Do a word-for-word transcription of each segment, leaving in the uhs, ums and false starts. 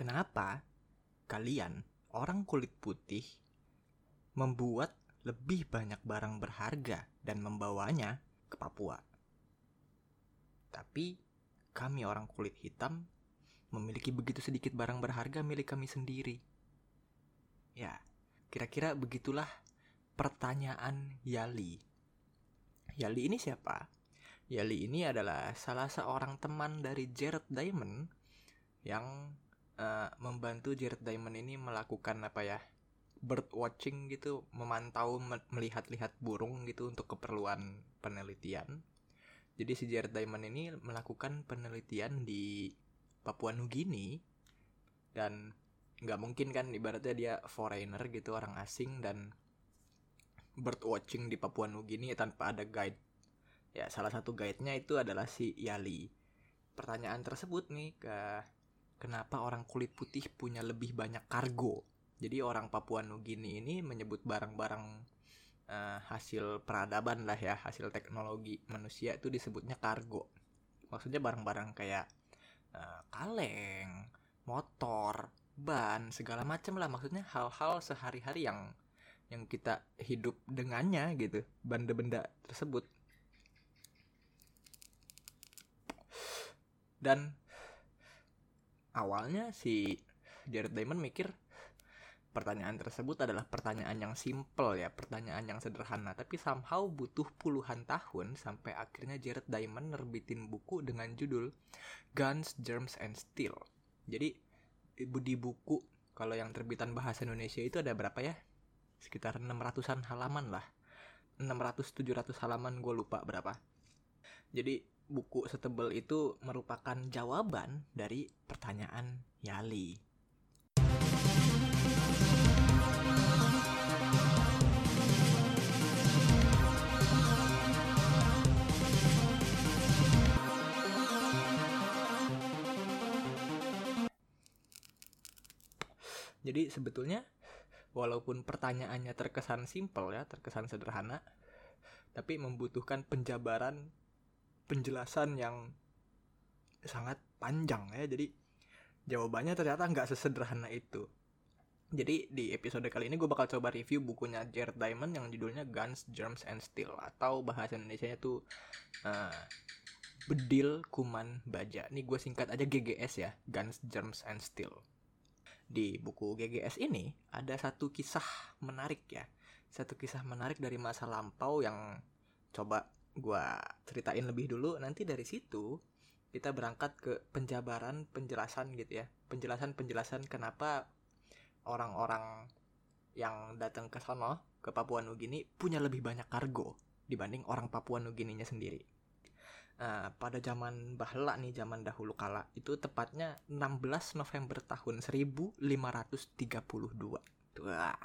Kenapa kalian, orang kulit putih, membuat lebih banyak barang berharga dan membawanya ke Papua? Tapi kami orang kulit hitam memiliki begitu sedikit barang berharga milik kami sendiri. Ya, kira-kira begitulah pertanyaan Yali. Yali ini siapa? Yali ini adalah salah seorang teman dari Jared Diamond yang uh, membantu Jared Diamond ini melakukan apa ya, bird watching gitu, memantau, me- melihat-lihat burung gitu untuk keperluan penelitian. Jadi si Jared Diamond ini melakukan penelitian di Papua Nugini, dan nggak mungkin kan ibaratnya dia foreigner gitu, orang asing, dan bird watching di Papua Nugini tanpa ada guide. Ya, salah satu guide-nya itu adalah si Yali. Pertanyaan tersebut nih, ke kenapa orang kulit putih punya lebih banyak kargo? Jadi orang Papua Nugini ini menyebut barang-barang uh, hasil peradaban lah ya, hasil teknologi manusia itu disebutnya kargo. Maksudnya barang-barang kayak uh, kaleng, motor, ban, segala macam lah. Maksudnya hal-hal sehari-hari yang yang kita hidup dengannya gitu, benda-benda tersebut. Dan awalnya si Jared Diamond mikir pertanyaan tersebut adalah pertanyaan yang simple ya, pertanyaan yang sederhana, tapi somehow butuh puluhan tahun sampai akhirnya Jared Diamond nerbitin buku dengan judul Guns, Germs, and Steel. Jadi di buku, kalau yang terbitan bahasa Indonesia itu ada berapa ya? Sekitar enam ratusan halaman lah. enam ratus tujuh ratus halaman, gue lupa berapa. Jadi buku setebal itu merupakan jawaban dari pertanyaan Yali. Jadi sebetulnya walaupun pertanyaannya terkesan simpel ya, terkesan sederhana, tapi membutuhkan penjabaran, penjelasan yang sangat panjang ya. Jadi jawabannya ternyata nggak sesederhana itu. Jadi di episode kali ini gue bakal coba review bukunya Jared Diamond yang judulnya Guns, Germs, and Steel, atau bahasa Indonesianya tuh uh, Bedil, Kuman, Baja. Ini gue singkat aja G G S ya, Guns, Germs, and Steel. Di buku G G S ini ada satu kisah menarik ya, satu kisah menarik dari masa lampau yang coba gue ceritain lebih dulu. Nanti dari situ kita berangkat ke penjabaran, penjelasan gitu ya, penjelasan-penjelasan kenapa orang-orang yang datang ke sono, ke Papua Nugini, punya lebih banyak kargo dibanding orang Papua Nugininya sendiri. Nah, pada zaman bahla nih, zaman dahulu kala, itu tepatnya enam belas November tahun seribu lima ratus tiga puluh dua. Wah.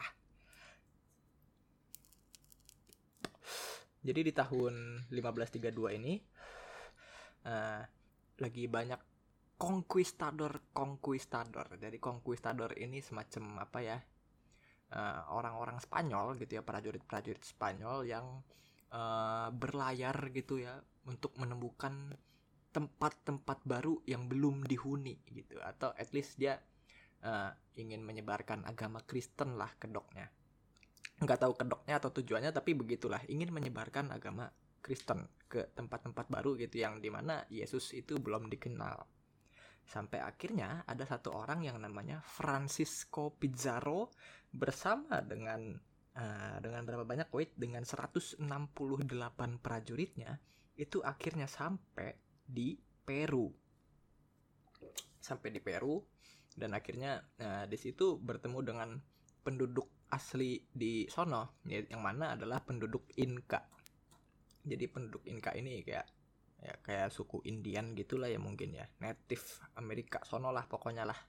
Jadi di tahun lima belas tiga puluh dua ini uh, lagi banyak konkuistador-konkuistador. Jadi konkuistador ini semacam apa ya, uh, orang-orang Spanyol gitu ya, prajurit-prajurit Spanyol yang uh, berlayar gitu ya, untuk menemukan tempat-tempat baru yang belum dihuni gitu, atau at least dia uh, ingin menyebarkan agama Kristen lah kedoknya. Nggak tahu kedoknya atau tujuannya, tapi begitulah, ingin menyebarkan agama Kristen ke tempat-tempat baru gitu yang dimana Yesus itu belum dikenal. Sampai akhirnya ada satu orang yang namanya Francisco Pizarro bersama dengan uh, dengan berapa banyak wait dengan seratus enam puluh delapan prajuritnya itu akhirnya sampai di Peru. Sampai di Peru dan akhirnya uh, di situ bertemu dengan penduduk asli di sono, yang mana adalah penduduk Inca. Jadi penduduk Inca ini kayak ya kayak suku Indian gitulah ya mungkin ya, Native Amerika sono lah pokoknya lah.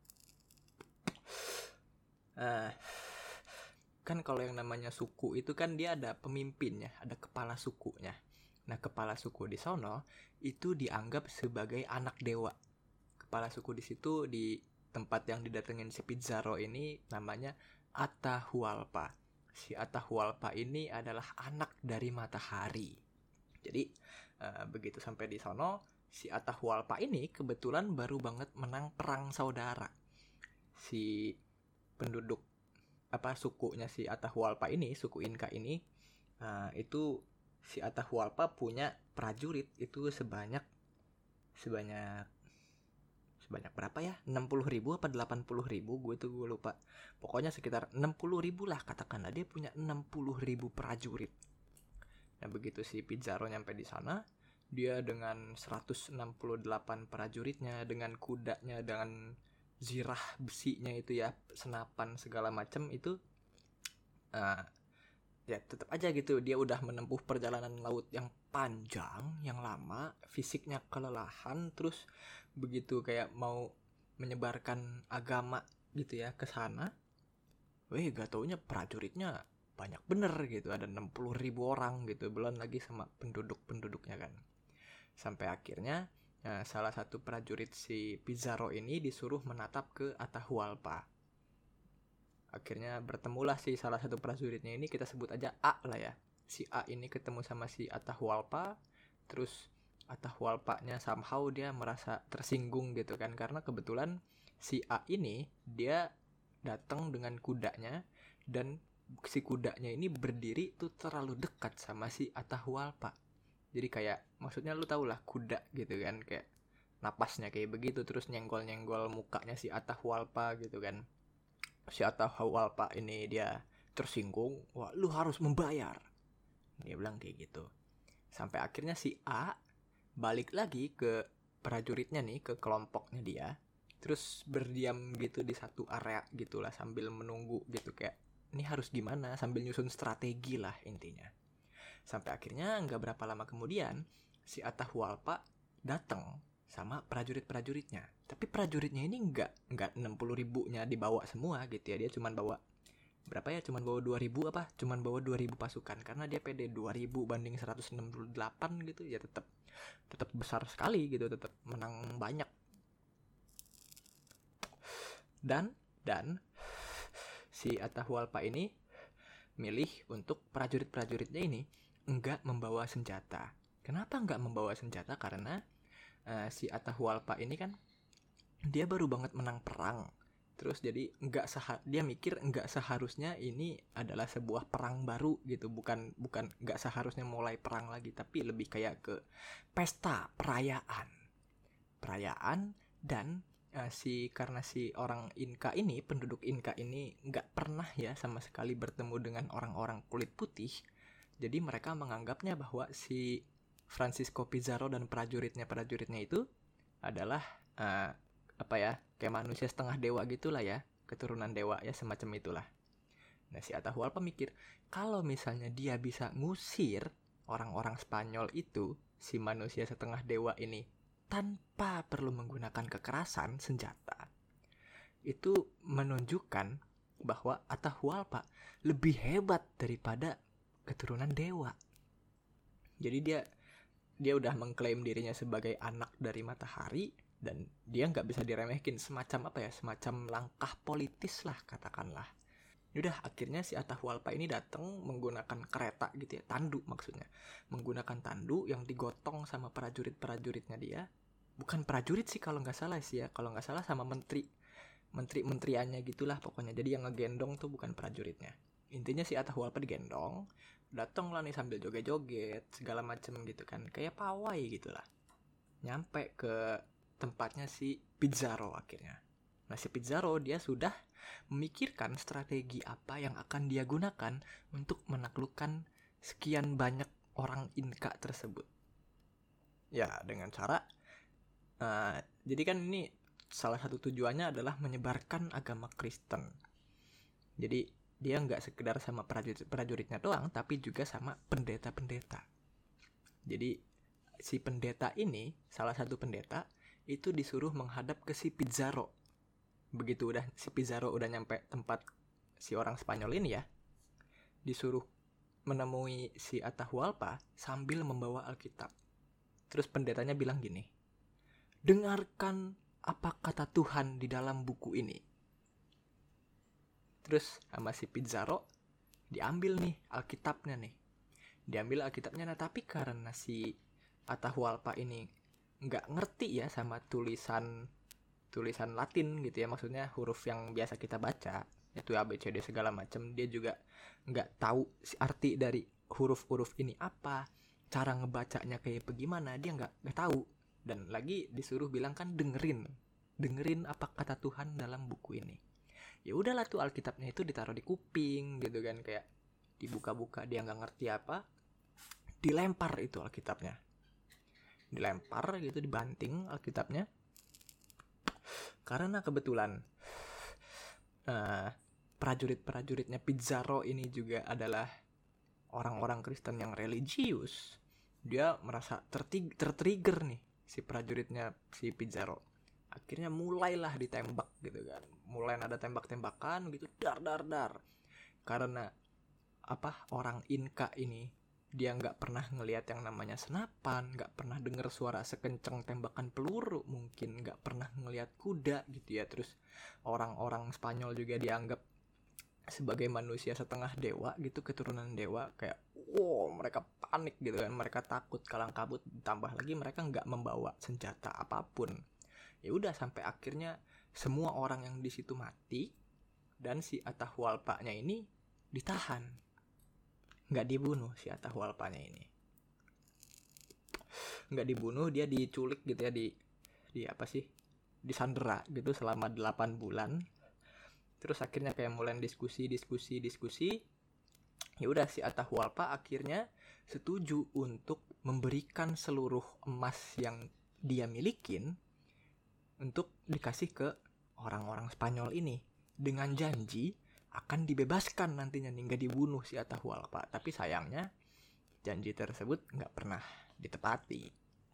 Uh, kan kalau yang namanya suku itu kan dia ada pemimpinnya, ada kepala sukunya. Nah, kepala suku di sono itu dianggap sebagai anak dewa. Kepala suku di situ, di tempat yang didatengin si Pizarro ini, namanya Atahualpa. Si Atahualpa ini adalah anak dari matahari. Jadi uh, begitu sampai di sono, si Atahualpa ini kebetulan baru banget menang perang saudara. si penduduk apa sukunya si Atahualpa ini, suku Inka ini, uh, itu si Atahualpa punya prajurit itu sebanyak sebanyak sebanyak berapa ya? enam puluh ribu apa delapan puluh ribu, gue tuh gue lupa. Pokoknya sekitar enam puluh ribu lah katakanlah, dia punya enam puluh ribu prajurit. Nah, begitu si Pizarro nyampe di sana, dia dengan seratus enam puluh delapan prajuritnya, dengan kudanya, dengan zirah besinya itu ya, senapan segala macam itu, uh, ya tetap aja gitu, dia udah menempuh perjalanan laut yang panjang, yang lama, fisiknya kelelahan, terus begitu kayak mau menyebarkan agama gitu ya ke sana, weh gak taunya prajuritnya banyak bener gitu, ada enam puluh ribu orang gitu, belum lagi sama penduduk-penduduknya kan. Sampai akhirnya ya, salah satu prajurit si Pizarro ini disuruh menatap ke Atahualpa. Akhirnya bertemulah si salah satu prajuritnya ini, kita sebut aja A lah ya. Si A ini ketemu sama si Atahualpa, terus Atahualpanya somehow dia merasa tersinggung gitu kan, karena kebetulan si A ini dia datang dengan kudanya, dan si kudanya ini berdiri tuh terlalu dekat sama si Atahualpa. Jadi kayak maksudnya lu tau lah kuda gitu kan, kayak napasnya kayak begitu, terus nyenggol-nyenggol mukanya si Atahualpa gitu kan. Si Atahualpa ini dia tersinggung, wah lu harus membayar, dia bilang kayak gitu. Sampai akhirnya si A balik lagi ke prajuritnya nih, ke kelompoknya dia, terus berdiam gitu di satu area gitulah sambil menunggu gitu, kayak ini harus gimana, sambil nyusun strategi lah intinya. Sampai akhirnya nggak berapa lama kemudian si Atahualpa datang sama prajurit-prajuritnya, tapi prajuritnya ini nggak nggak enam puluh ribunya dibawa semua gitu ya, dia cuma bawa berapa ya, cuman bawa dua ribu apa, cuman bawa dua ribu pasukan, karena dia pede dua ribu banding seratus enam puluh delapan gitu ya, tetap tetap besar sekali gitu, tetap menang banyak. Dan dan si Atahualpa ini milih untuk prajurit-prajuritnya ini enggak membawa senjata. Kenapa enggak membawa senjata? Karena uh, si Atahualpa ini kan dia baru banget menang perang. Terus jadi enggak seha- dia mikir enggak seharusnya ini adalah sebuah perang baru gitu, bukan bukan enggak seharusnya mulai perang lagi, tapi lebih kayak ke pesta, perayaan. Perayaan dan uh, si karena si orang Inka ini, penduduk Inka ini enggak pernah ya sama sekali bertemu dengan orang-orang kulit putih. Jadi mereka menganggapnya bahwa si Francisco Pizarro dan prajuritnya-prajuritnya itu adalah uh, apa ya, kayak manusia setengah dewa gitulah ya, keturunan dewa ya, semacam itulah. Nah, si Atahualpa mikir, kalau misalnya dia bisa ngusir orang-orang Spanyol itu, si manusia setengah dewa ini, tanpa perlu menggunakan kekerasan senjata, itu menunjukkan bahwa Atahualpa lebih hebat daripada keturunan dewa. Jadi dia dia udah mengklaim dirinya sebagai anak dari matahari, dan dia nggak bisa diremehkin, semacam apa ya, semacam langkah politis lah katakanlah. Udah akhirnya si Atahualpa ini datang menggunakan kereta gitu ya, tandu maksudnya, menggunakan tandu yang digotong sama prajurit-prajuritnya dia. Bukan prajurit sih kalau nggak salah sih ya, kalau nggak salah sama menteri menteri-menteriannya gitulah pokoknya. Jadi yang ngegendong tuh bukan prajuritnya. Intinya si Atahualpa digendong, datang lah nih sambil joget-joget segala macem gitu kan, kayak pawai gitulah, nyampe ke tempatnya si Pizarro akhirnya. Nah, si Pizarro dia sudah memikirkan strategi apa yang akan dia gunakan untuk menaklukkan sekian banyak orang Inka tersebut. Ya, dengan cara uh, jadi kan ini salah satu tujuannya adalah menyebarkan agama Kristen. Jadi dia nggak sekedar sama prajurit-prajuritnya doang, tapi juga sama pendeta-pendeta. Jadi si pendeta ini, salah satu pendeta itu disuruh menghadap ke si Pizarro. Begitu udah si Pizarro udah nyampe tempat si orang Spanyol ini ya, disuruh menemui si Atahualpa sambil membawa Alkitab. Terus pendetanya bilang gini, dengarkan apa kata Tuhan di dalam buku ini. Terus sama si Pizarro diambil nih Alkitabnya nih, diambil Alkitabnya. Nah, tapi karena si Atahualpa ini nggak ngerti ya sama tulisan tulisan Latin gitu ya, maksudnya huruf yang biasa kita baca itu A B C D segala macam, dia juga nggak tahu arti dari huruf-huruf ini apa, cara ngebacanya kayak bagaimana, dia nggak nggak tahu. Dan lagi disuruh bilang kan dengerin dengerin apa kata Tuhan dalam buku ini. Ya udahlah tuh Alkitabnya itu ditaruh di kuping gitu kan, kayak dibuka-buka, dia nggak ngerti apa, dilempar itu Alkitabnya, dilempar gitu, dibanting Alkitabnya. Karena kebetulan uh, prajurit-prajuritnya Pizarro ini juga adalah orang-orang Kristen yang religius, dia merasa tertig- tertrigger nih si prajuritnya si Pizarro. Akhirnya mulailah ditembak gitu kan, mulai ada tembak-tembakan gitu, dar dar dar. Karena apa, orang Inka ini dia nggak pernah ngelihat yang namanya senapan, nggak pernah dengar suara sekencang tembakan peluru, mungkin nggak pernah ngelihat kuda gitu ya. Terus orang-orang Spanyol juga dianggap sebagai manusia setengah dewa gitu, keturunan dewa, kayak wow, mereka panik gitu kan, mereka takut kalang kabut, ditambah lagi mereka nggak membawa senjata apapun. Ya udah sampai akhirnya semua orang yang di situ mati dan si Atahualpa-nya ini ditahan. Nggak dibunuh si Atahualpa-nya ini, nggak dibunuh, dia diculik gitu ya, di di apa sih, disandera gitu selama delapan bulan. Terus akhirnya kayak mulai diskusi diskusi diskusi ya udah si Atahualpa akhirnya setuju untuk memberikan seluruh emas yang dia milikin untuk dikasih ke orang-orang Spanyol ini, dengan janji akan dibebaskan nantinya nih, nggak dibunuh si Atahualpa. Tapi sayangnya janji tersebut nggak pernah ditepati.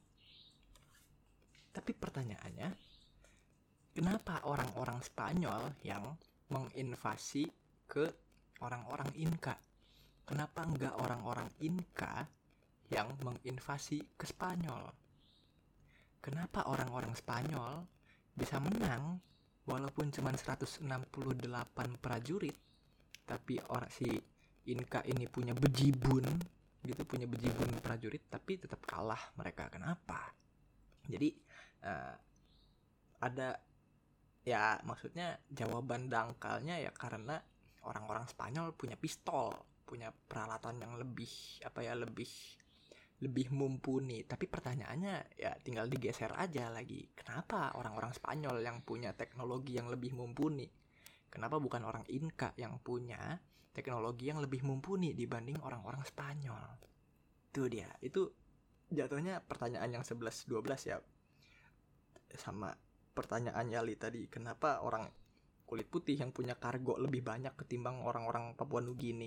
Tapi pertanyaannya, kenapa orang-orang Spanyol yang menginvasi ke orang-orang Inka? Kenapa nggak orang-orang Inka yang menginvasi ke Spanyol? Kenapa orang-orang Spanyol bisa menang walaupun cuma seratus enam puluh delapan prajurit, tapi orang si Inka ini punya bejibun gitu, punya bejibun prajurit, tapi tetap kalah mereka. Kenapa? Jadi uh, ada ya, maksudnya jawaban dangkalnya ya karena orang-orang Spanyol punya pistol, punya peralatan yang lebih apa ya, lebih lebih mumpuni. Tapi pertanyaannya ya tinggal digeser aja lagi, kenapa orang-orang Spanyol yang punya teknologi yang lebih mumpuni? Kenapa bukan orang Inka yang punya teknologi yang lebih mumpuni dibanding orang-orang Spanyol? Itu dia, itu jatuhnya pertanyaan yang sebelas dua belas ya. Sama pertanyaan Yali tadi, kenapa orang kulit putih yang punya kargo lebih banyak ketimbang orang-orang Papua Nugini.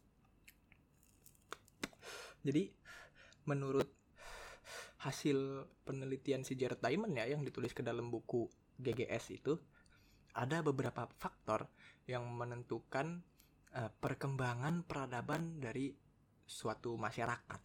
Jadi menurut hasil penelitian si Jared Diamond ya, yang ditulis ke dalam buku G G S itu, ada beberapa faktor yang menentukan uh, perkembangan peradaban dari suatu masyarakat.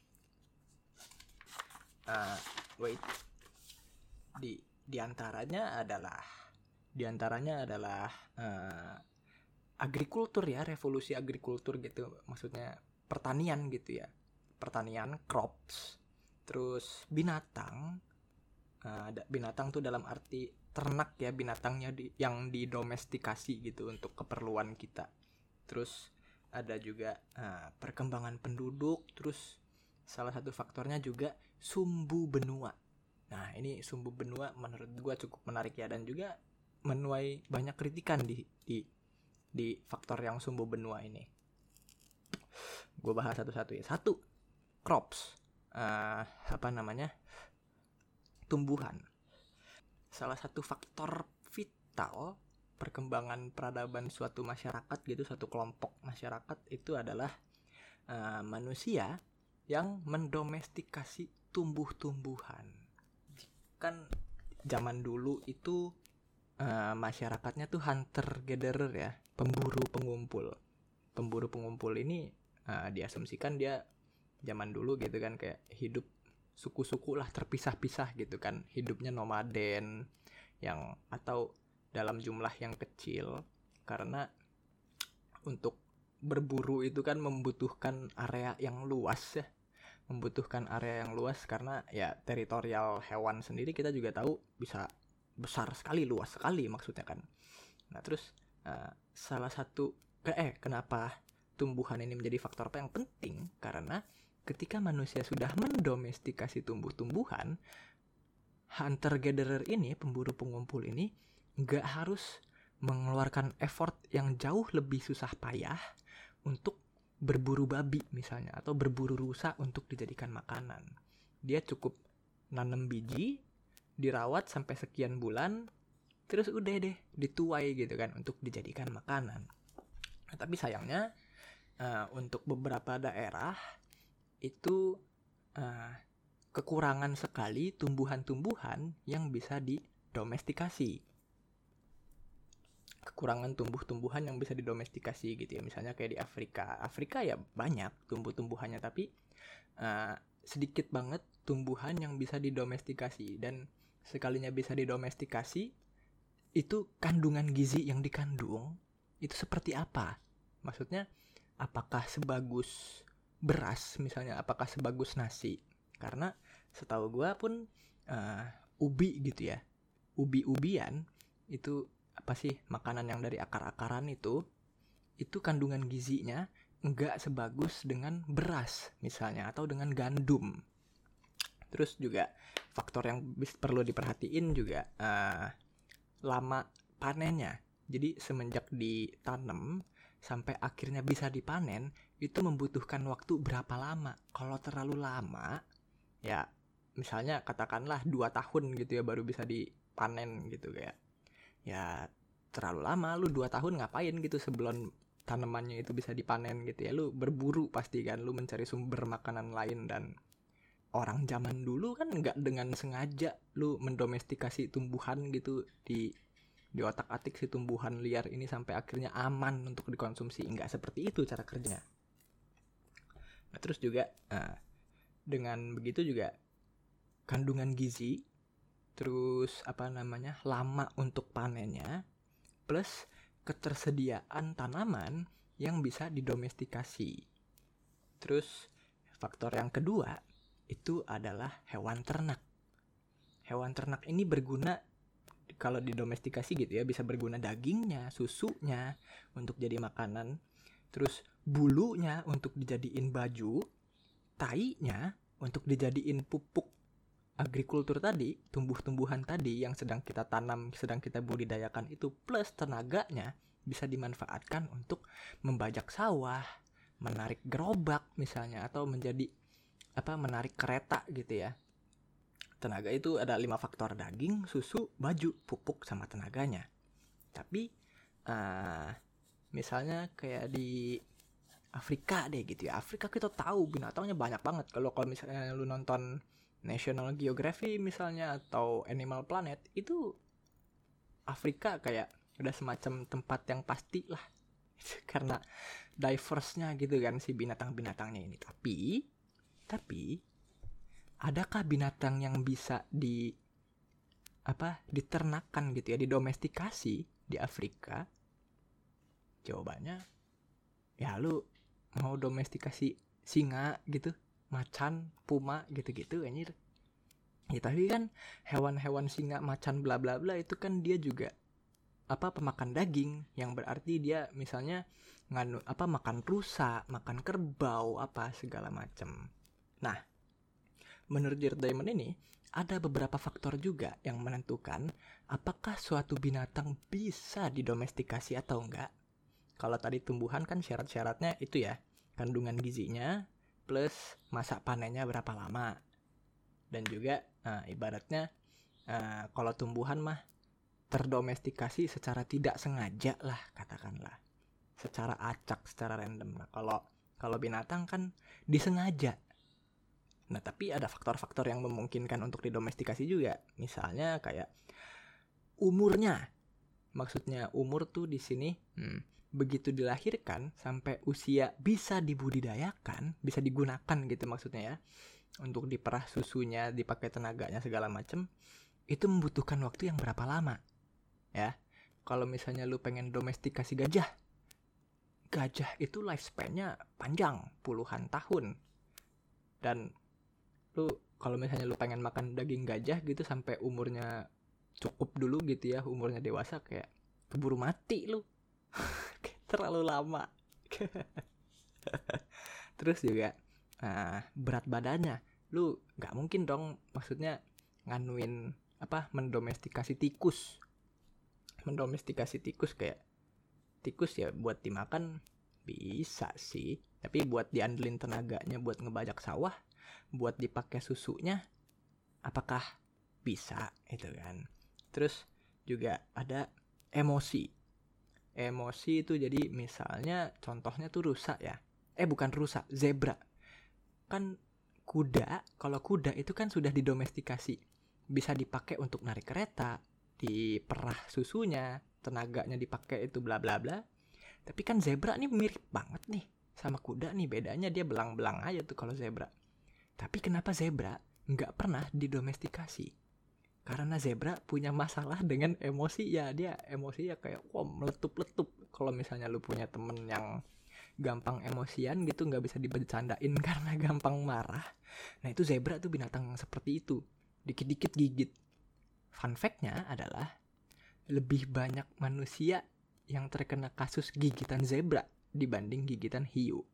Uh, wait, di diantaranya adalah diantaranya adalah uh, agrikultur ya, revolusi agrikultur gitu, maksudnya pertanian gitu ya. Pertanian, crops, terus binatang, uh, binatang tuh dalam arti ternak ya, binatangnya di, yang didomestikasi gitu untuk keperluan kita. Terus ada juga uh, perkembangan penduduk, terus salah satu faktornya juga sumbu benua. Nah ini sumbu benua menurut gue cukup menarik ya, dan juga menuai banyak kritikan di di di faktor yang sumbu benua ini. Gue bahas satu-satu ya. Satu, crops, uh, apa namanya, tumbuhan. Salah satu faktor vital perkembangan peradaban suatu masyarakat gitu, suatu kelompok masyarakat itu adalah uh, manusia yang mendomestikasi tumbuh-tumbuhan. Kan zaman dulu itu uh, masyarakatnya tuh hunter gatherer ya, pemburu pengumpul. Pemburu pengumpul ini uh, diasumsikan dia zaman dulu gitu kan kayak hidup suku-suku lah, terpisah-pisah gitu kan, hidupnya nomaden yang atau dalam jumlah yang kecil, karena untuk berburu itu kan membutuhkan area yang luas ya, membutuhkan area yang luas karena ya teritorial hewan sendiri kita juga tahu bisa besar sekali, luas sekali maksudnya kan. Nah terus uh, salah satu eh kenapa tumbuhan ini menjadi faktor apa yang penting, karena ketika manusia sudah mendomestikasi tumbuh-tumbuhan, hunter gatherer ini, pemburu pengumpul ini nggak harus mengeluarkan effort yang jauh lebih susah payah untuk berburu babi misalnya, atau berburu rusa untuk dijadikan makanan. Dia cukup nanam biji, dirawat sampai sekian bulan, terus udah deh dituai gitu kan untuk dijadikan makanan. Nah, tapi sayangnya uh, untuk beberapa daerah itu uh, kekurangan sekali tumbuhan-tumbuhan yang bisa didomestikasi. Kekurangan tumbuh-tumbuhan yang bisa didomestikasi gitu ya. Misalnya kayak di Afrika. Afrika ya banyak tumbuh-tumbuhannya, tapi uh, sedikit banget tumbuhan yang bisa didomestikasi. Dan sekalinya bisa didomestikasi, itu kandungan gizi yang dikandung itu seperti apa? Maksudnya apakah sebagus beras misalnya, apakah sebagus nasi? Karena setahu gue pun uh, ubi gitu ya, ubi-ubian itu apa sih, makanan yang dari akar-akaran itu, itu kandungan gizinya enggak sebagus dengan beras misalnya, atau dengan gandum. Terus juga faktor yang perlu diperhatiin juga uh, lama panennya. Jadi semenjak ditanam sampai akhirnya bisa dipanen itu membutuhkan waktu berapa lama. Kalau terlalu lama, ya misalnya katakanlah dua tahun gitu ya baru bisa dipanen gitu kayak. Ya terlalu lama, lu dua tahun ngapain gitu sebelum tanamannya itu bisa dipanen gitu ya. Lu berburu pasti kan, lu mencari sumber makanan lain. Dan orang zaman dulu kan nggak dengan sengaja lu mendomestikasi tumbuhan gitu, di di otak-atik si tumbuhan liar ini sampai akhirnya aman untuk dikonsumsi. Nggak seperti itu cara kerjanya. Nah terus juga nah, dengan begitu juga kandungan gizi, terus apa namanya lama untuk panennya, plus ketersediaan tanaman yang bisa didomestikasi. Terus faktor yang kedua itu adalah hewan ternak. Hewan ternak ini berguna kalau didomestikasi gitu ya, bisa berguna dagingnya, susunya untuk jadi makanan, terus bulunya untuk dijadiin baju, tainya untuk dijadiin pupuk agrikultur tadi, tumbuh-tumbuhan tadi yang sedang kita tanam, sedang kita budidayakan itu, plus tenaganya bisa dimanfaatkan untuk membajak sawah, menarik gerobak misalnya, atau menjadi apa menarik kereta gitu ya. Tenaga itu ada lima faktor: daging, susu, baju, pupuk, sama tenaganya. Tapi uh, misalnya kayak di Afrika deh gitu ya. Afrika kita tahu binatangnya banyak banget. Kalau kalau misalnya lu nonton National Geographic misalnya atau Animal Planet, itu Afrika kayak udah semacam tempat yang pasti lah karena diverse-nya gitu kan si binatang-binatangnya ini. Tapi tapi adakah binatang yang bisa di apa diternakan gitu ya, didomestikasi di Afrika? Jawabannya ya lu mau domestikasi singa gitu, macan, puma gitu-gitu anjir. Ya tapi kan hewan-hewan singa, macan bla bla bla itu kan dia juga apa pemakan daging, yang berarti dia misalnya nganu apa makan rusa, makan kerbau, apa segala macam. Nah, menurut Jared Diamond ini ada beberapa faktor juga yang menentukan apakah suatu binatang bisa didomestikasi atau enggak. Kalau tadi tumbuhan kan syarat-syaratnya itu ya, kandungan gizinya plus masa panennya berapa lama. Dan juga nah, ibaratnya uh, kalau tumbuhan mah terdomestikasi secara tidak sengaja lah katakanlah, secara acak, secara random. Nah kalau kalau binatang kan disengaja. Nah tapi ada faktor-faktor yang memungkinkan untuk didomestikasi juga. Misalnya kayak umurnya. Maksudnya umur tuh di sini hmm, begitu dilahirkan sampai usia bisa dibudidayakan, bisa digunakan gitu maksudnya ya, untuk diperah susunya, dipakai tenaganya segala macem, itu membutuhkan waktu yang berapa lama ya. Kalau misalnya lu pengen domestikasi gajah, gajah itu lifespan-nya panjang, puluhan tahun. Dan lu kalau misalnya lu pengen makan daging gajah gitu sampai umurnya cukup dulu gitu ya, umurnya dewasa, kayak keburu mati lu. Terlalu lama. Terus juga uh, berat badannya, lu nggak mungkin dong, maksudnya nganuin apa, mendomestikasi tikus. Mendomestikasi tikus kayak tikus ya buat dimakan bisa sih, tapi buat diandelin tenaganya buat ngebajak sawah, buat dipakai susunya, apakah bisa itu kan. Terus juga ada emosi. Emosi itu jadi misalnya contohnya tuh rusa ya. Eh bukan rusa, zebra. Kan kuda, kalau kuda itu kan sudah didomestikasi. Bisa dipakai untuk narik kereta, diperah susunya, tenaganya dipakai itu bla bla bla. Tapi kan zebra nih mirip banget nih sama kuda nih, bedanya dia belang-belang aja tuh kalau zebra. Tapi kenapa zebra nggak pernah didomestikasi? Karena zebra punya masalah dengan emosi ya, dia emosi ya kayak wah meletup-letup. Kalau misalnya lu punya temen yang gampang emosian gitu, nggak bisa dibercandain karena gampang marah. Nah itu zebra tuh binatang seperti itu, dikit-dikit gigit. Fun fact-nya adalah lebih banyak manusia yang terkena kasus gigitan zebra dibanding gigitan hiu.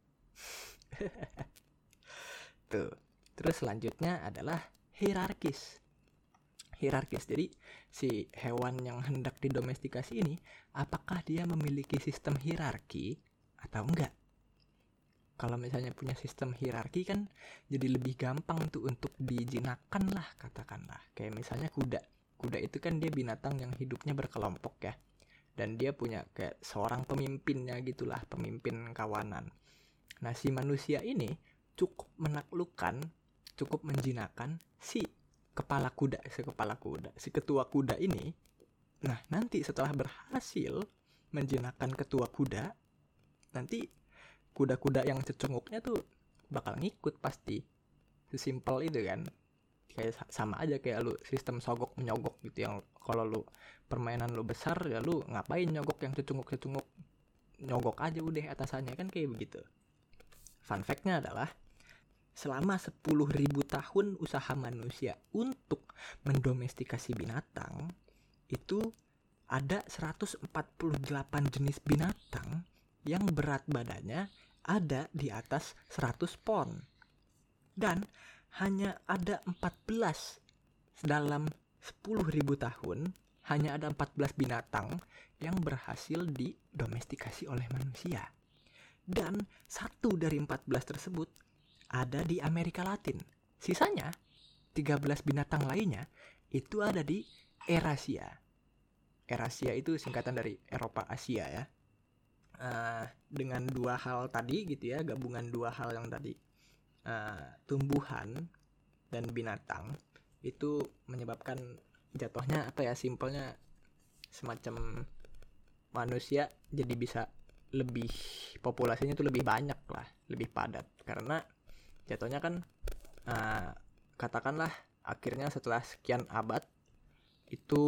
Tuh. Terus selanjutnya adalah hierarkis. Hierarkis. Jadi si hewan yang hendak didomestikasi ini, apakah dia memiliki sistem hierarki atau enggak? Kalau misalnya punya sistem hierarki kan jadi lebih gampang tuh untuk dijinakkan lah, katakanlah. Kayak misalnya kuda. Kuda itu kan dia binatang yang hidupnya berkelompok ya. Dan dia punya kayak seorang pemimpinnya gitulah, pemimpin kawanan. Nah si manusia ini cukup menaklukkan, cukup menjinakkan si kepala kuda, si kepala kuda, si ketua kuda ini. Nah nanti setelah berhasil menjinakkan ketua kuda, nanti kuda-kuda yang cecunguknya tuh bakal ngikut pasti. Sesimpel itu kan. Kayak sama aja kayak lu sistem sogok menyogok gitu, yang kalau lu permainan lu besar ya lu ngapain nyogok yang cecunguk-cecunguk, nyogok aja udah atasannya kan, kayak begitu. Fun fact-nya adalah selama sepuluh ribu tahun usaha manusia untuk mendomestikasi binatang, itu ada seratus empat puluh delapan jenis binatang yang berat badannya ada di atas seratus pon. Dan hanya ada empat belas dalam sepuluh ribu tahun, hanya ada empat belas binatang yang berhasil didomestikasi oleh manusia. Dan satu dari empat belas tersebut ada di Amerika Latin. Sisanya tiga belas binatang lainnya itu ada di Eurasia. Eurasia itu singkatan dari Eropa Asia ya. Uh, dengan dua hal tadi gitu ya, gabungan dua hal yang tadi, uh, tumbuhan dan binatang, itu menyebabkan jatuhnya apa ya, simpelnya semacam manusia jadi bisa lebih, populasinya tuh lebih banyak lah, lebih padat. Karena jatuhnya kan uh, katakanlah akhirnya setelah sekian abad itu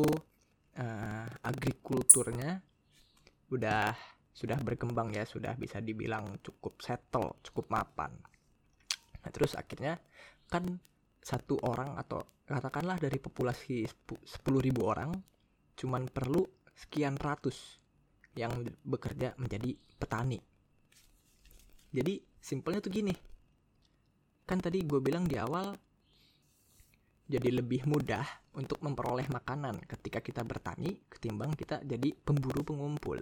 uh, agrikulturnya udah sudah berkembang ya, sudah bisa dibilang cukup settle, cukup mapan. Nah terus akhirnya kan satu orang atau katakanlah dari populasi sepuluh ribu orang cuman perlu sekian ratus yang bekerja menjadi petani. Jadi simpelnya tuh gini, kan tadi gue bilang di awal, jadi lebih mudah untuk memperoleh makanan ketika kita bertani ketimbang kita jadi pemburu pengumpul.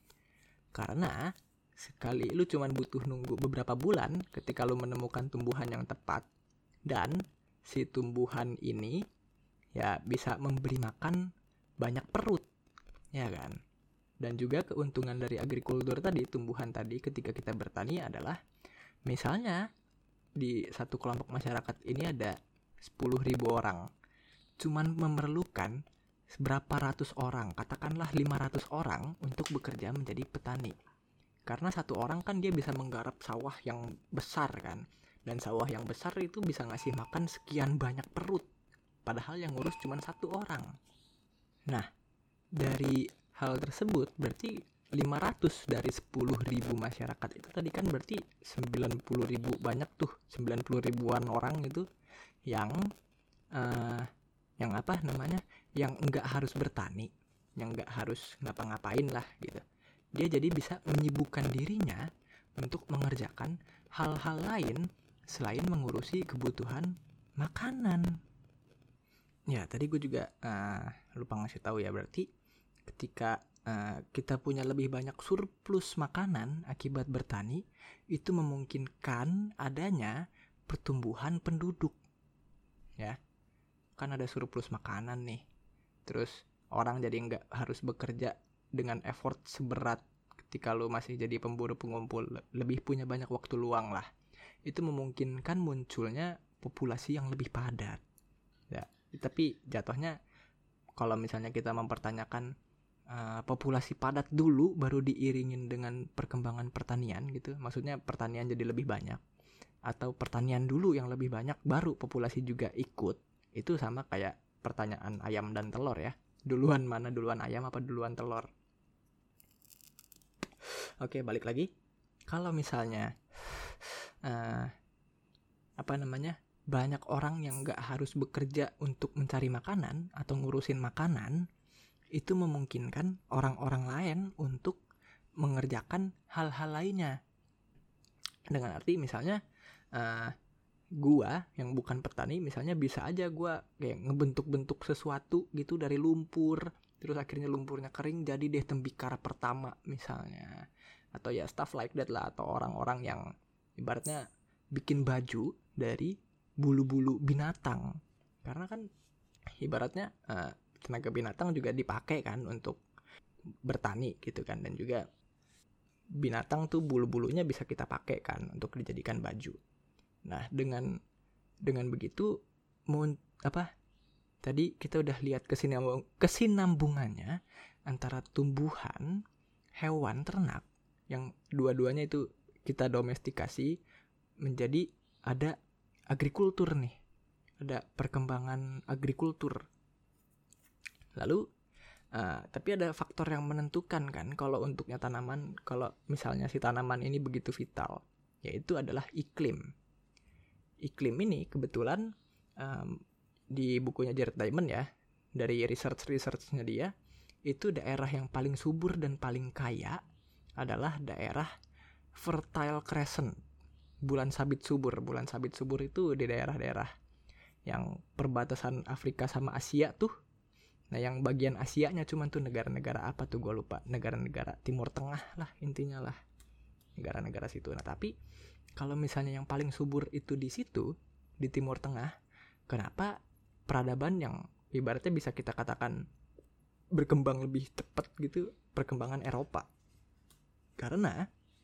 Karena sekali lu cuman butuh nunggu beberapa bulan ketika lu menemukan tumbuhan yang tepat, dan si tumbuhan ini ya bisa memberi makan banyak perut, ya kan? Dan juga keuntungan dari agrikultur tadi, tumbuhan tadi ketika kita bertani adalah, misalnya di satu kelompok masyarakat ini ada sepuluh ribu orang, cuman memerlukan berapa ratus orang, katakanlah lima ratus orang untuk bekerja menjadi petani. Karena satu orang kan dia bisa menggarap sawah yang besar kan, dan sawah yang besar itu bisa ngasih makan sekian banyak perut, padahal yang ngurus cuma satu orang. Nah dari hal tersebut berarti lima ratus dari sepuluh ribu masyarakat itu tadi kan berarti sembilan puluh ribu, banyak tuh sembilan puluh ribuan orang itu yang uh, yang apa namanya, yang enggak harus bertani, yang enggak harus ngapa-ngapain lah gitu. Dia jadi bisa menyibukkan dirinya untuk mengerjakan hal-hal lain selain mengurusi kebutuhan makanan. Ya, tadi gue juga uh, lupa ngasih tahu ya, berarti ketika uh, kita punya lebih banyak surplus makanan akibat bertani, itu memungkinkan adanya pertumbuhan penduduk. Ya, kan ada surplus makanan nih. Terus orang jadi nggak harus bekerja dengan effort seberat ketika lu masih jadi pemburu pengumpul, lebih punya banyak waktu luang lah. Itu memungkinkan munculnya populasi yang lebih padat. Ya, tapi jatuhnya kalau misalnya kita mempertanyakan uh, populasi padat dulu baru diiringin dengan perkembangan pertanian gitu, maksudnya pertanian jadi lebih banyak, atau pertanian dulu yang lebih banyak baru populasi juga ikut, itu sama kayak pertanyaan ayam dan telur ya. Duluan mana, duluan ayam apa duluan telur? Oke, balik lagi. Kalau misalnya uh, apa namanya, banyak orang yang gak harus bekerja untuk mencari makanan atau ngurusin makanan, itu memungkinkan orang-orang lain untuk mengerjakan hal-hal lainnya. Dengan arti misalnya uh, gua yang bukan petani misalnya bisa aja gua kayak ngebentuk-bentuk sesuatu gitu dari lumpur, terus akhirnya lumpurnya kering jadi deh tembikar pertama misalnya, atau ya stuff like that lah. Atau orang-orang yang ibaratnya bikin baju dari bulu-bulu binatang, karena kan ibaratnya uh, tenaga binatang juga dipakai kan untuk bertani gitu kan, dan juga binatang tuh bulu-bulunya bisa kita pakai kan untuk dijadikan baju. Nah, dengan dengan begitu mun, apa tadi kita udah lihat kesinambung, kesinambungannya antara tumbuhan, hewan, ternak yang dua-duanya itu kita domestikasi menjadi ada agrikultur nih. Ada perkembangan agrikultur. Lalu uh, tapi ada faktor yang menentukan kan kalau untuknya tanaman, kalau misalnya si tanaman ini begitu vital, yaitu adalah iklim. Iklim ini kebetulan um, di bukunya Jared Diamond ya, dari research-researchnya dia, itu daerah yang paling subur dan paling kaya adalah daerah Fertile Crescent, bulan sabit subur. Bulan sabit subur itu di daerah-daerah yang perbatasan Afrika sama Asia tuh. Nah, yang bagian Asianya cuman tuh negara-negara apa tuh gue lupa, negara-negara Timur Tengah lah intinya lah, negara-negara situ. Nah, tapi kalau misalnya yang paling subur itu di situ, di Timur Tengah, kenapa peradaban yang ibaratnya bisa kita katakan berkembang lebih cepat gitu, perkembangan Eropa? Karena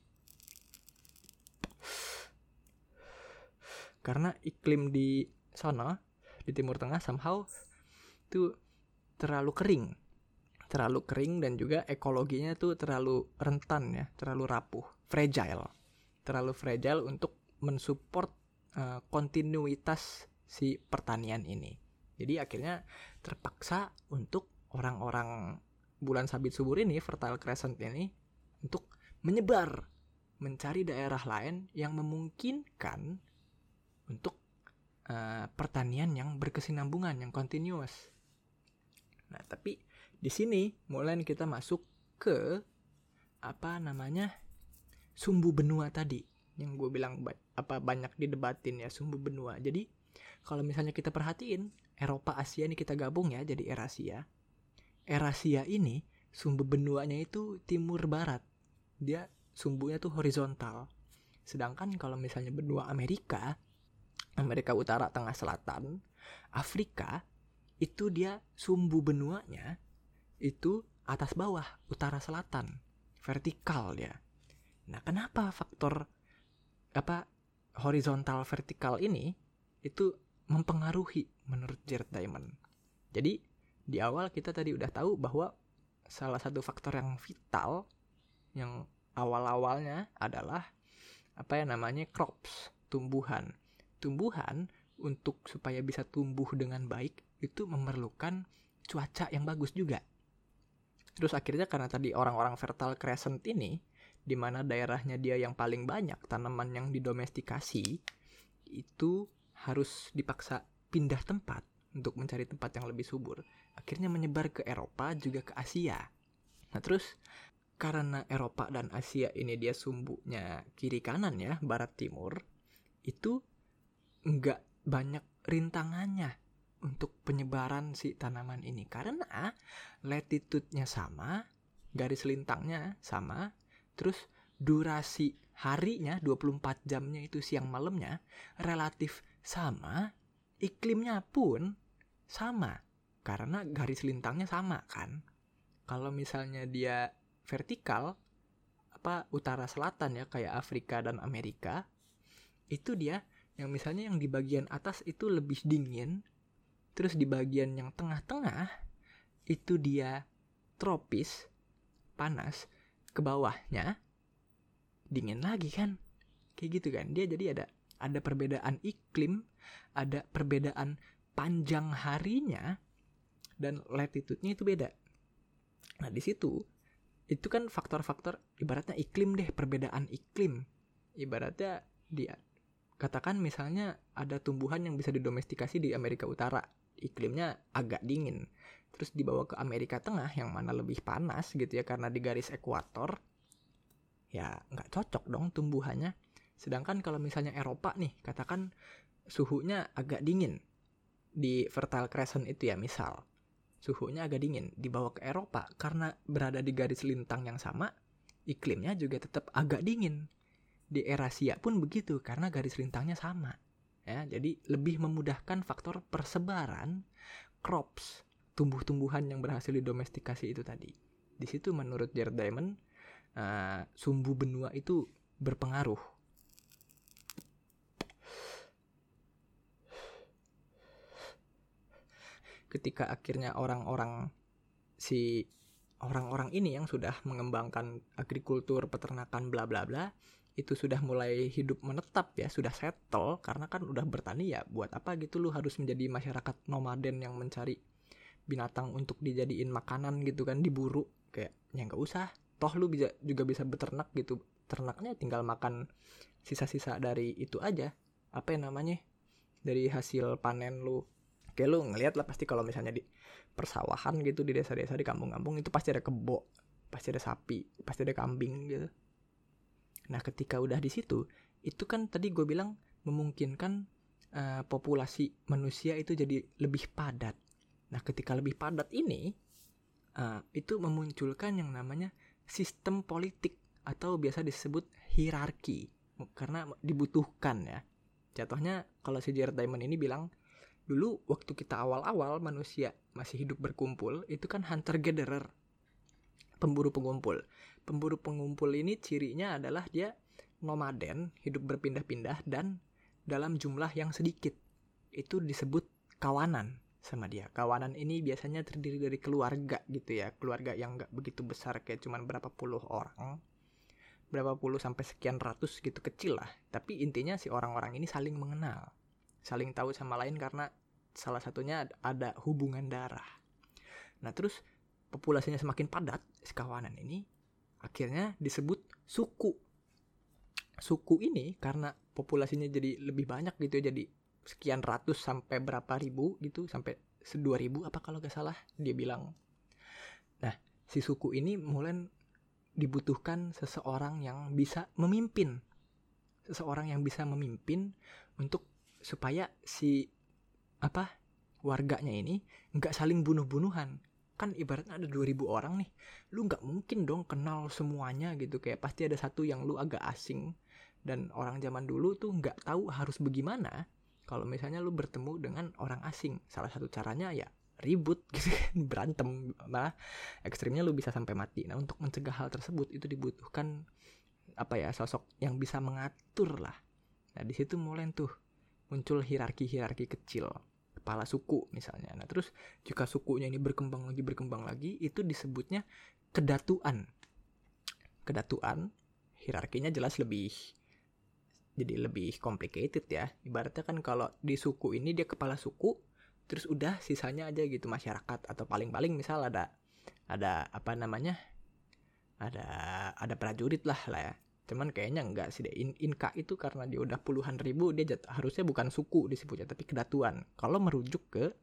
karena iklim di sana, di Timur Tengah somehow itu terlalu kering, terlalu kering dan juga ekologinya tuh terlalu rentan ya, terlalu rapuh, fragile, terlalu fragile untuk mensupport uh, kontinuitas si pertanian ini. Jadi akhirnya terpaksa untuk orang-orang bulan sabit subur ini, Fertile Crescent ini, untuk menyebar, mencari daerah lain yang memungkinkan untuk uh, pertanian yang berkesinambungan, yang continuous. Nah, tapi di sini mulai kita masuk ke apa namanya, sumbu benua tadi yang gue bilang apa banyak didebatin ya, sumbu benua. Jadi kalau misalnya kita perhatiin Eropa Asia ini kita gabung ya jadi Eurasia. Eurasia ini sumbu benuanya itu timur barat. Dia sumbunya tuh horizontal. Sedangkan kalau misalnya benua Amerika, Amerika Utara, Tengah, Selatan, Afrika, itu dia sumbu benuanya itu atas bawah, utara selatan, vertikal dia. Nah, kenapa faktor apa horizontal vertikal ini itu mempengaruhi menurut Jared Diamond? Jadi di awal kita tadi udah tahu bahwa salah satu faktor yang vital yang awal-awalnya adalah apa ya namanya crops, tumbuhan. Tumbuhan untuk supaya bisa tumbuh dengan baik itu memerlukan cuaca yang bagus juga. Terus akhirnya karena tadi orang-orang Fertile Crescent ini, di mana daerahnya dia yang paling banyak tanaman yang didomestikasi, itu harus dipaksa pindah tempat untuk mencari tempat yang lebih subur. Akhirnya menyebar ke Eropa juga ke Asia. Nah terus karena Eropa dan Asia ini dia sumbunya kiri kanan ya, barat timur, itu nggak banyak rintangannya untuk penyebaran si tanaman ini. Karena latitude-nya sama, garis lintangnya sama, terus durasi harinya dua puluh empat jamnya itu siang malamnya relatif sama, iklimnya pun sama karena garis lintangnya sama kan. Kalau misalnya dia vertikal apa utara selatan ya kayak Afrika dan Amerika, itu dia yang misalnya yang di bagian atas itu lebih dingin, terus di bagian yang tengah-tengah itu dia tropis, panas, ke bawahnya dingin lagi kan. Kayak gitu kan. Dia jadi ada ada perbedaan iklim, ada perbedaan panjang harinya, dan latitude-nya itu beda. Nah, di situ itu kan faktor-faktor ibaratnya iklim deh, perbedaan iklim. Ibaratnya dia katakan misalnya ada tumbuhan yang bisa didomestikasi di Amerika Utara, iklimnya agak dingin. Terus dibawa ke Amerika Tengah yang mana lebih panas gitu ya karena di garis ekuator. Ya nggak cocok dong tumbuhannya. Sedangkan kalau misalnya Eropa nih, katakan suhunya agak dingin di Fertile Crescent itu ya misal, suhunya agak dingin, dibawa ke Eropa karena berada di garis lintang yang sama, iklimnya juga tetap agak dingin. Di Eurasia pun begitu karena garis lintangnya sama. Ya, jadi lebih memudahkan faktor persebaran crops, tumbuh-tumbuhan yang berhasil didomestikasi itu tadi. Di situ menurut Jared Diamond, Uh, sumbu benua itu berpengaruh. Ketika akhirnya orang-orang si orang-orang ini yang sudah mengembangkan agrikultur, peternakan, bla bla bla, itu sudah mulai hidup menetap ya, sudah settle karena kan udah bertani ya, buat apa gitu lu harus menjadi masyarakat nomaden yang mencari binatang untuk dijadiin makanan gitu kan, diburu, kayak ya nggak usah. Toh lu bisa juga bisa beternak gitu, ternaknya tinggal makan sisa-sisa dari itu aja, apa yang namanya, dari hasil panen lu. Kayak lu ngeliat lah pasti kalau misalnya di persawahan gitu, di desa-desa, di kampung-kampung itu pasti ada kebo, pasti ada sapi, pasti ada kambing gitu. Nah ketika udah di situ, itu kan tadi gue bilang memungkinkan uh, populasi manusia itu jadi lebih padat. Nah ketika lebih padat ini, uh, itu memunculkan yang namanya sistem politik atau biasa disebut hierarki karena dibutuhkan ya. Jatuhnya kalau si Jared Diamond ini bilang dulu waktu kita awal-awal manusia masih hidup berkumpul itu kan hunter gatherer, pemburu pengumpul. Pemburu pengumpul ini cirinya adalah dia nomaden, hidup berpindah-pindah dan dalam jumlah yang sedikit. Itu disebut kawanan sama dia. Kawanan ini biasanya terdiri dari keluarga gitu ya, keluarga yang gak begitu besar, kayak cuman berapa puluh orang, berapa puluh sampai sekian ratus gitu, kecil lah. Tapi intinya si orang-orang ini saling mengenal, saling tahu sama lain karena salah satunya ada hubungan darah. Nah terus populasinya semakin padat, si kawanan ini akhirnya disebut suku. Suku ini karena populasinya jadi lebih banyak gitu ya, jadi sekian ratus sampai berapa ribu gitu, sampai dua ribu apa kalau gak salah dia bilang. Nah si suku ini mulai dibutuhkan seseorang yang bisa memimpin, seseorang yang bisa memimpin untuk supaya si apa warganya ini nggak saling bunuh-bunuhan. Kan ibaratnya ada dua ribu orang nih, lu nggak mungkin dong kenal semuanya gitu, kayak pasti ada satu yang lu agak asing. Dan orang zaman dulu tuh nggak tahu harus bagaimana kalau misalnya lu bertemu dengan orang asing. Salah satu caranya ya ribut gitu kan, berantem, malah ekstrimnya lu bisa sampai mati. Nah untuk mencegah hal tersebut itu dibutuhkan apa ya, sosok yang bisa mengatur lah. Nah di situ mulai tuh muncul hierarki-hierarki kecil, kepala suku misalnya. Nah terus jika sukunya ini berkembang lagi berkembang lagi itu disebutnya kedatuan. Kedatuan hierarkinya jelas lebih jadi lebih complicated ya. Ibaratnya kan kalau di suku ini dia kepala suku, terus udah sisanya aja gitu masyarakat, atau paling-paling misal ada ada apa namanya, ada ada prajurit lah lah ya. Cuman kayaknya enggak sih deh. In, Inka itu karena dia udah puluhan ribu, dia jat, harusnya bukan suku disebutnya tapi kedatuan. Kalau merujuk ke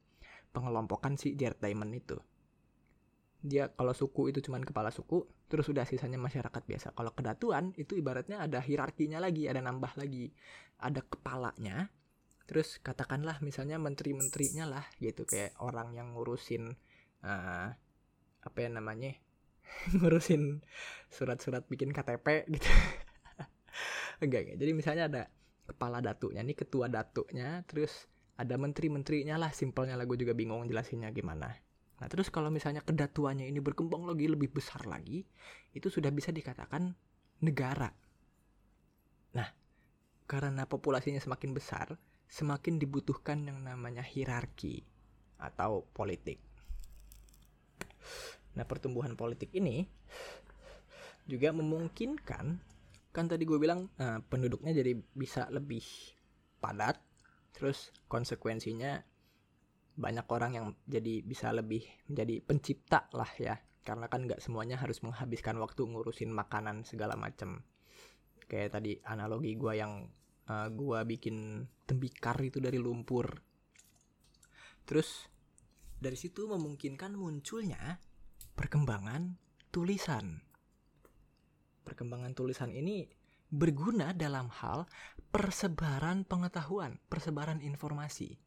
pengelompokan si Jared Diamond itu. Dia kalau suku itu cuman kepala suku, terus udah sisanya masyarakat biasa. Kalau kedatuan itu ibaratnya ada hierarkinya lagi, ada nambah lagi. Ada kepalanya, terus katakanlah misalnya menteri-menterinya lah gitu, kayak orang yang ngurusin uh, apa ya namanya? ngurusin surat-surat bikin K T P gitu. enggak, enggak. Jadi misalnya ada kepala datuknya nih, ketua datuknya, terus ada menteri-menterinya lah, simpelnya lah, gue juga bingung jelasinnya gimana. Nah, terus kalau misalnya kedatuannya ini berkembang lagi, lebih besar lagi, itu sudah bisa dikatakan negara. Nah, karena populasinya semakin besar, semakin dibutuhkan yang namanya hierarki atau politik. Nah, pertumbuhan politik ini juga memungkinkan, kan tadi gue bilang nah, penduduknya jadi bisa lebih padat, terus konsekuensinya banyak orang yang jadi bisa lebih menjadi pencipta lah ya, karena kan nggak semuanya harus menghabiskan waktu ngurusin makanan segala macam. Kayak tadi analogi gue yang uh, gue bikin tembikar itu dari lumpur. Terus dari situ memungkinkan munculnya perkembangan tulisan. Perkembangan tulisan ini berguna dalam hal persebaran pengetahuan, persebaran informasi.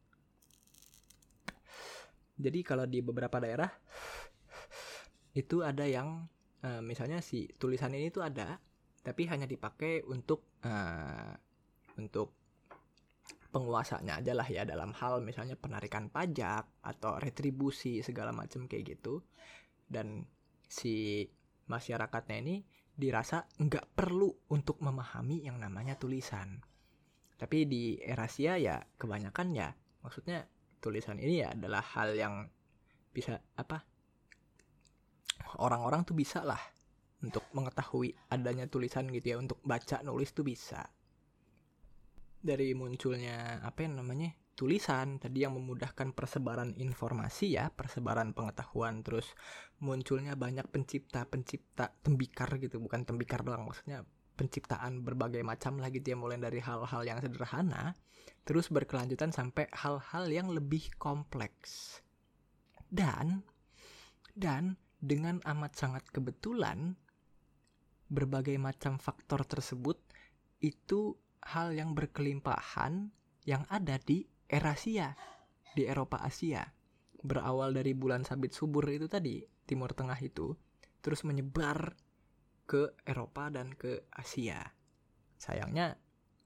Jadi kalau di beberapa daerah itu ada yang uh, misalnya si tulisan ini tuh ada, tapi hanya dipakai untuk uh, untuk penguasanya aja lah ya, dalam hal misalnya penarikan pajak atau retribusi segala macam kayak gitu. Dan si masyarakatnya ini dirasa nggak perlu untuk memahami yang namanya tulisan. Tapi di Eurasia ya kebanyakan ya, maksudnya tulisan ini ya adalah hal yang bisa apa orang-orang tuh bisa lah untuk mengetahui adanya tulisan gitu ya, untuk baca nulis tuh bisa. Dari munculnya apa yang namanya tulisan tadi yang memudahkan persebaran informasi ya, persebaran pengetahuan, terus munculnya banyak pencipta-pencipta tembikar gitu, bukan tembikar doang, maksudnya penciptaan berbagai macam lah gitu ya, mulai dari hal-hal yang sederhana terus berkelanjutan sampai hal-hal yang lebih kompleks. Dan dan dengan amat sangat kebetulan berbagai macam faktor tersebut itu hal yang berkelimpahan yang ada di Eurasia, di Eropa Asia. Berawal dari bulan sabit subur itu tadi, Timur Tengah itu, terus menyebar ke Eropa dan ke Asia. Sayangnya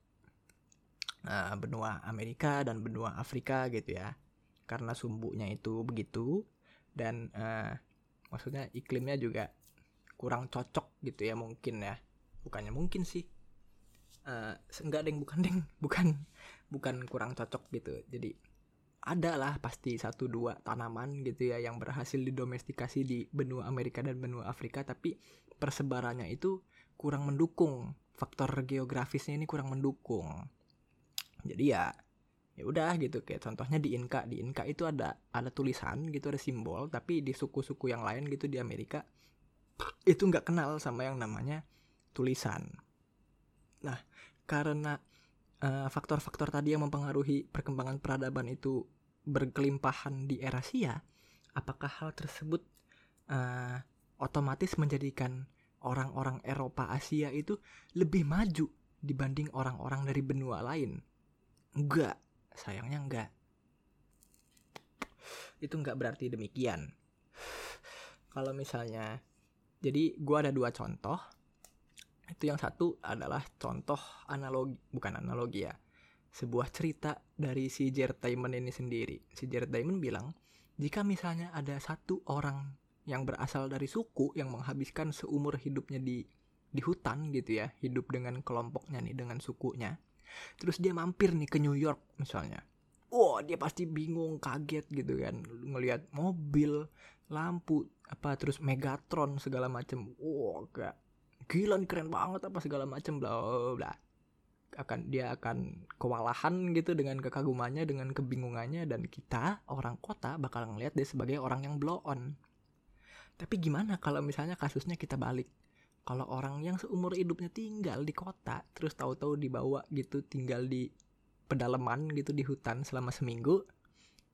Nah, benua Amerika dan benua Afrika gitu ya, karena sumbunya itu begitu dan uh, maksudnya iklimnya juga kurang cocok gitu ya mungkin ya, bukannya mungkin sih uh, enggak deng bukan deng bukan bukan kurang cocok gitu. Jadi ada lah pasti satu dua tanaman gitu ya yang berhasil didomestikasi di benua Amerika dan benua Afrika, tapi persebarannya itu kurang mendukung, faktor geografisnya ini kurang mendukung. Jadi ya ya udah gitu, kayak contohnya di Inka di Inka itu ada ada tulisan gitu, ada simbol, tapi di suku-suku yang lain gitu di Amerika itu nggak kenal sama yang namanya tulisan. Nah, karena uh, faktor-faktor tadi yang mempengaruhi perkembangan peradaban itu berkelimpahan di Eurasia, apakah hal tersebut uh, otomatis menjadikan orang-orang Eropa Asia itu lebih maju dibanding orang-orang dari benua lain? Enggak, sayangnya enggak. Itu enggak berarti demikian. Kalau misalnya, jadi gue ada dua contoh. Itu yang satu adalah contoh analogi, bukan analogi ya, sebuah cerita dari si Jared Diamond ini sendiri. Si Jared Diamond bilang, jika misalnya ada satu orang yang berasal dari suku yang menghabiskan seumur hidupnya di di hutan gitu ya, hidup dengan kelompoknya nih, dengan sukunya, terus dia mampir nih ke New York misalnya, wah dia pasti bingung, kaget gitu kan, ngelihat mobil, lampu apa, terus Megatron segala macem, wah gak gila nih, keren banget apa segala macem, bla bla. Akan dia akan kewalahan gitu dengan kekagumannya, dengan kebingungannya, dan kita orang kota bakal ngelihat dia sebagai orang yang blow on. Tapi gimana kalau misalnya kasusnya kita balik? Kalau orang yang seumur hidupnya tinggal di kota, terus tahu-tahu dibawa gitu tinggal di pedalaman gitu, di hutan selama seminggu,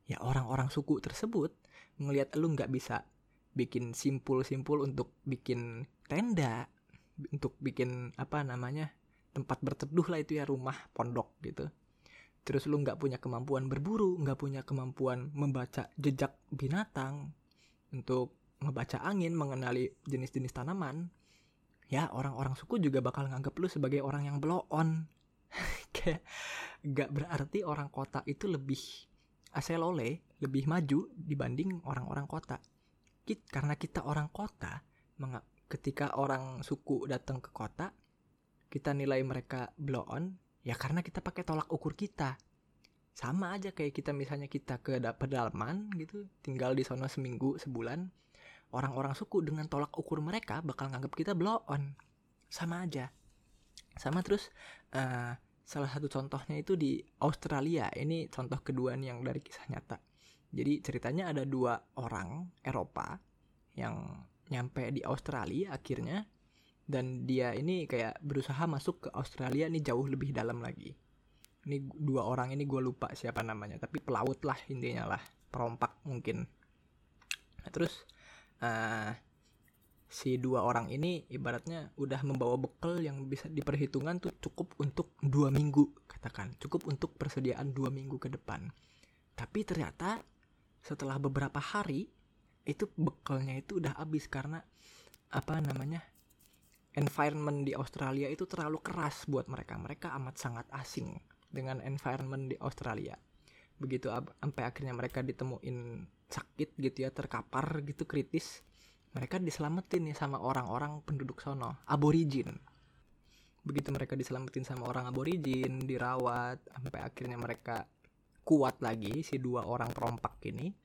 ya orang-orang suku tersebut ngelihat lu nggak bisa bikin simpul-simpul untuk bikin tenda, untuk bikin apa namanya tempat berteduh lah itu ya, rumah pondok gitu. Terus lu nggak punya kemampuan berburu, nggak punya kemampuan membaca jejak binatang, untuk membaca angin, mengenali jenis-jenis tanaman, ya orang-orang suku juga bakal nganggap lu sebagai orang yang blow on. Kayak gak berarti orang kota itu lebih aselole, lebih maju dibanding orang-orang kota. Kita, karena kita orang kota, ketika orang suku datang ke kota, kita nilai mereka blow on, ya karena kita pakai tolak ukur kita. Sama aja kayak kita misalnya kita ke pedalaman gitu, tinggal di sana seminggu, sebulan, orang-orang suku dengan tolak ukur mereka bakal nganggap kita blow on. Sama aja. Sama terus uh, salah satu contohnya itu di Australia. Ini contoh kedua nih yang dari kisah nyata. Jadi ceritanya ada dua orang Eropa yang nyampe di Australia akhirnya, dan dia ini kayak berusaha masuk ke Australia nih jauh lebih dalam lagi. Ini dua orang ini gue lupa siapa namanya, tapi pelaut lah intinya lah, perompak mungkin. Nah, terus uh, si dua orang ini ibaratnya udah membawa bekal yang bisa diperhitungkan tuh cukup untuk dua minggu, katakan cukup untuk persediaan dua minggu ke depan. Tapi ternyata setelah beberapa hari itu bekalnya itu udah habis karena apa namanya environment di Australia itu terlalu keras buat mereka. Mereka amat sangat asing dengan environment di Australia. Begitu ab- sampai akhirnya mereka ditemuin sakit gitu ya, terkapar gitu kritis, mereka diselamatin nih sama orang-orang penduduk sono, aborigin. Begitu mereka diselamatin sama orang aborigin, dirawat, sampai akhirnya mereka kuat lagi, si dua orang perompak ini,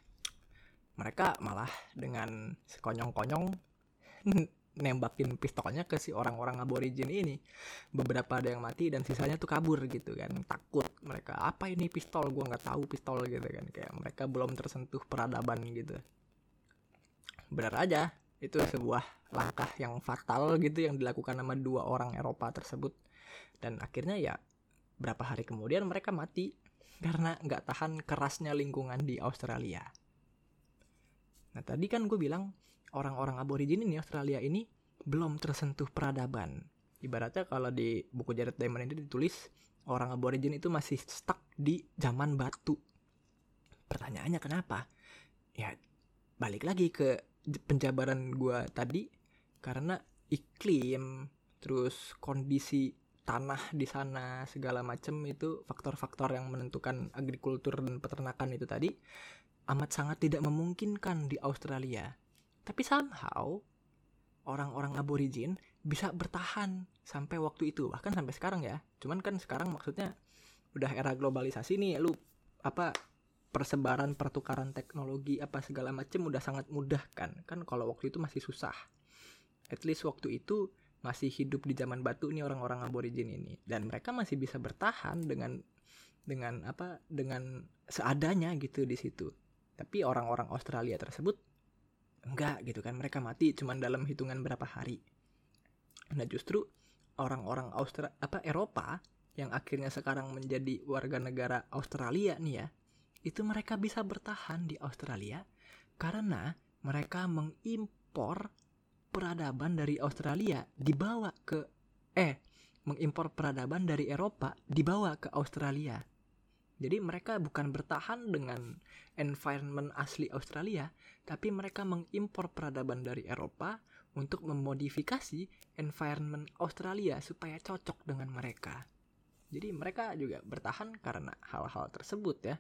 mereka malah dengan sekonyong-konyong nembakin pistolnya ke si orang-orang aborigin ini. Beberapa ada yang mati dan sisanya tuh kabur gitu kan, takut mereka, apa ini pistol, gue nggak tahu pistol gitu kan, kayak mereka belum tersentuh peradaban gitu. Benar aja itu sebuah langkah yang fatal gitu yang dilakukan sama dua orang Eropa tersebut, dan akhirnya ya berapa hari kemudian mereka mati karena nggak tahan kerasnya lingkungan di Australia. Nah tadi kan gue bilang orang-orang aborigin ini Australia ini belum tersentuh peradaban. Ibaratnya kalau di buku Jared Diamond ini ditulis orang aborigin itu masih stuck di zaman batu. Pertanyaannya kenapa? Ya balik lagi ke penjabaran gue tadi, karena iklim, terus kondisi tanah di sana segala macam itu faktor-faktor yang menentukan agrikultur dan peternakan itu tadi amat sangat tidak memungkinkan di Australia. Tapi somehow orang-orang aborigin bisa bertahan sampai waktu itu, bahkan sampai sekarang ya. Cuman kan sekarang maksudnya udah era globalisasi nih, lu apa persebaran pertukaran teknologi apa segala macam udah sangat mudah kan. Kan kalau waktu itu masih susah. At least waktu itu masih hidup di zaman batu nih orang-orang aborigin ini, dan mereka masih bisa bertahan dengan dengan apa dengan seadanya gitu di situ. Tapi orang-orang Australia tersebut enggak gitu kan, mereka mati cuman dalam hitungan berapa hari. Nah justru orang-orang Austra apa Eropa yang akhirnya sekarang menjadi warga negara Australia nih ya, itu mereka bisa bertahan di Australia karena mereka mengimpor peradaban dari Australia dibawa ke eh mengimpor peradaban dari Eropa dibawa ke Australia. Jadi mereka bukan bertahan dengan environment asli Australia, tapi mereka mengimpor peradaban dari Eropa untuk memodifikasi environment Australia supaya cocok dengan mereka. Jadi mereka juga bertahan karena hal-hal tersebut ya.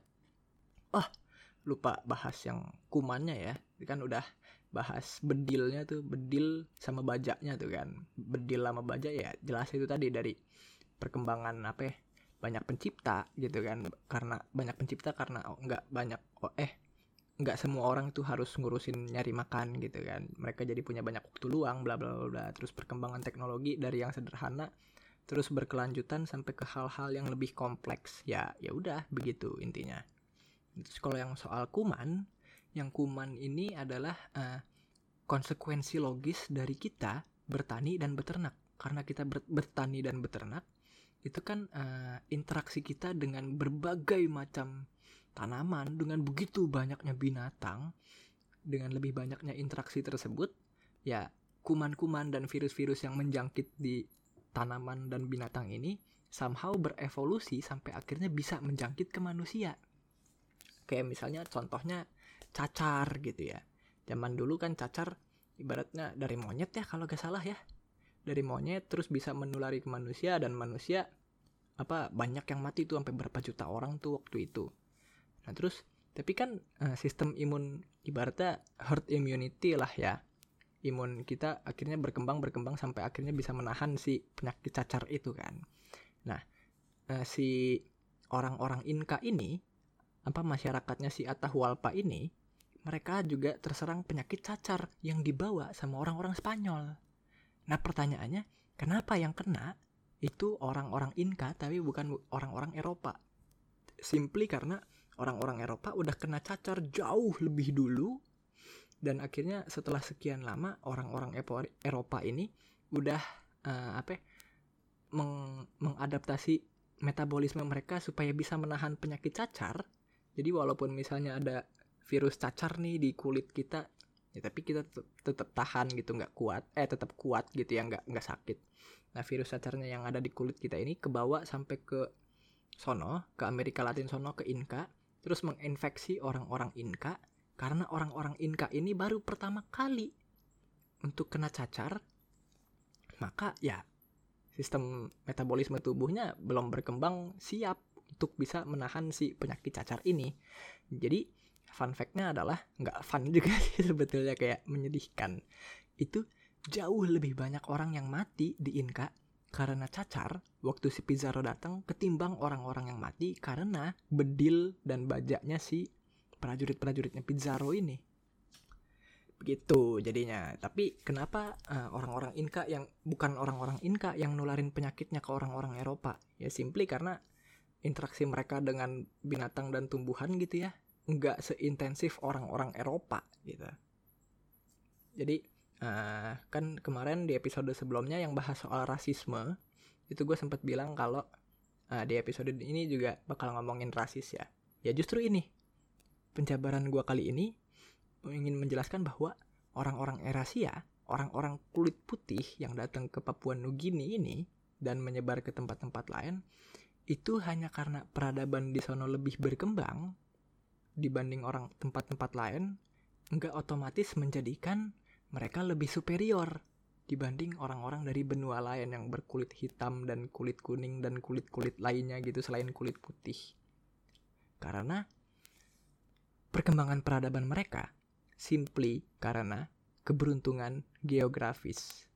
Oh, lupa bahas yang kumannya ya. Kan udah bahas bedilnya tuh, bedil sama bajaknya tuh kan. Bedil sama bajak ya jelas itu tadi dari perkembangan apa ya, banyak pencipta gitu kan, karena banyak pencipta karena oh, nggak banyak oh, eh nggak semua orang itu harus ngurusin nyari makan gitu kan, mereka jadi punya banyak waktu luang bla bla bla. Terus perkembangan teknologi dari yang sederhana terus berkelanjutan sampai ke hal-hal yang lebih kompleks ya. Ya udah begitu intinya. Terus kalau yang soal kuman, yang kuman ini adalah uh, konsekuensi logis dari kita bertani dan beternak. Karena kita ber- bertani dan beternak itu kan uh, interaksi kita dengan berbagai macam tanaman, dengan begitu banyaknya binatang, dengan lebih banyaknya interaksi tersebut, ya kuman-kuman dan virus-virus yang menjangkit di tanaman dan binatang ini somehow berevolusi sampai akhirnya bisa menjangkit ke manusia. Kayak misalnya contohnya cacar gitu ya. Zaman dulu kan cacar ibaratnya dari monyet ya kalau gak salah ya. Dari monyet terus bisa menulari ke manusia, dan manusia apa banyak yang mati tuh, sampai berapa juta orang tuh waktu itu. Nah terus tapi kan uh, sistem imun ibaratnya herd immunity lah ya. Imun kita akhirnya berkembang berkembang sampai akhirnya bisa menahan si penyakit cacar itu kan. Nah, uh, si orang-orang Inka ini, apa masyarakatnya si Atahualpa ini, mereka juga terserang penyakit cacar yang dibawa sama orang-orang Spanyol. Nah, pertanyaannya, kenapa yang kena itu orang-orang Inka tapi bukan orang-orang Eropa? Simply karena orang-orang Eropa udah kena cacar jauh lebih dulu, dan akhirnya setelah sekian lama orang-orang Eropa ini udah uh, apa meng- mengadaptasi metabolisme mereka supaya bisa menahan penyakit cacar. Jadi walaupun misalnya ada virus cacar nih di kulit kita, ya tapi kita tetap, tetap tahan gitu, nggak kuat, eh tetap kuat gitu ya, nggak nggak sakit. Nah virus cacarnya yang ada di kulit kita ini kebawa sampai ke sono, ke Amerika Latin sono, ke Inka, terus menginfeksi orang-orang Inka. Karena orang-orang Inka ini baru pertama kali untuk kena cacar, maka ya sistem metabolisme tubuhnya belum berkembang siap untuk bisa menahan si penyakit cacar ini. Jadi fun fact-nya adalah, nggak fun juga sih sebetulnya, kayak menyedihkan. Itu jauh lebih banyak orang yang mati di Inka karena cacar waktu si Pizarro datang ketimbang orang-orang yang mati karena bedil dan bajaknya si prajurit-prajuritnya Pizarro ini. Begitu jadinya. Tapi kenapa uh, orang-orang Inka yang bukan orang-orang Inka yang nularin penyakitnya ke orang-orang Eropa? Ya simply karena interaksi mereka dengan binatang dan tumbuhan gitu ya, nggak seintensif orang-orang Eropa gitu. Jadi uh, kan kemarin di episode sebelumnya yang bahas soal rasisme, itu gue sempat bilang kalau uh, di episode ini juga bakal ngomongin rasis ya. Ya justru ini penjabaran gue kali ini ingin menjelaskan bahwa orang-orang Eurasia, orang-orang kulit putih yang datang ke Papua Nugini ini dan menyebar ke tempat-tempat lain, itu hanya karena peradaban di sono lebih berkembang dibanding orang tempat-tempat lain, enggak otomatis menjadikan mereka lebih superior dibanding orang-orang dari benua lain yang berkulit hitam dan kulit kuning dan kulit-kulit lainnya gitu selain kulit putih. Karena perkembangan peradaban mereka simply karena keberuntungan geografis.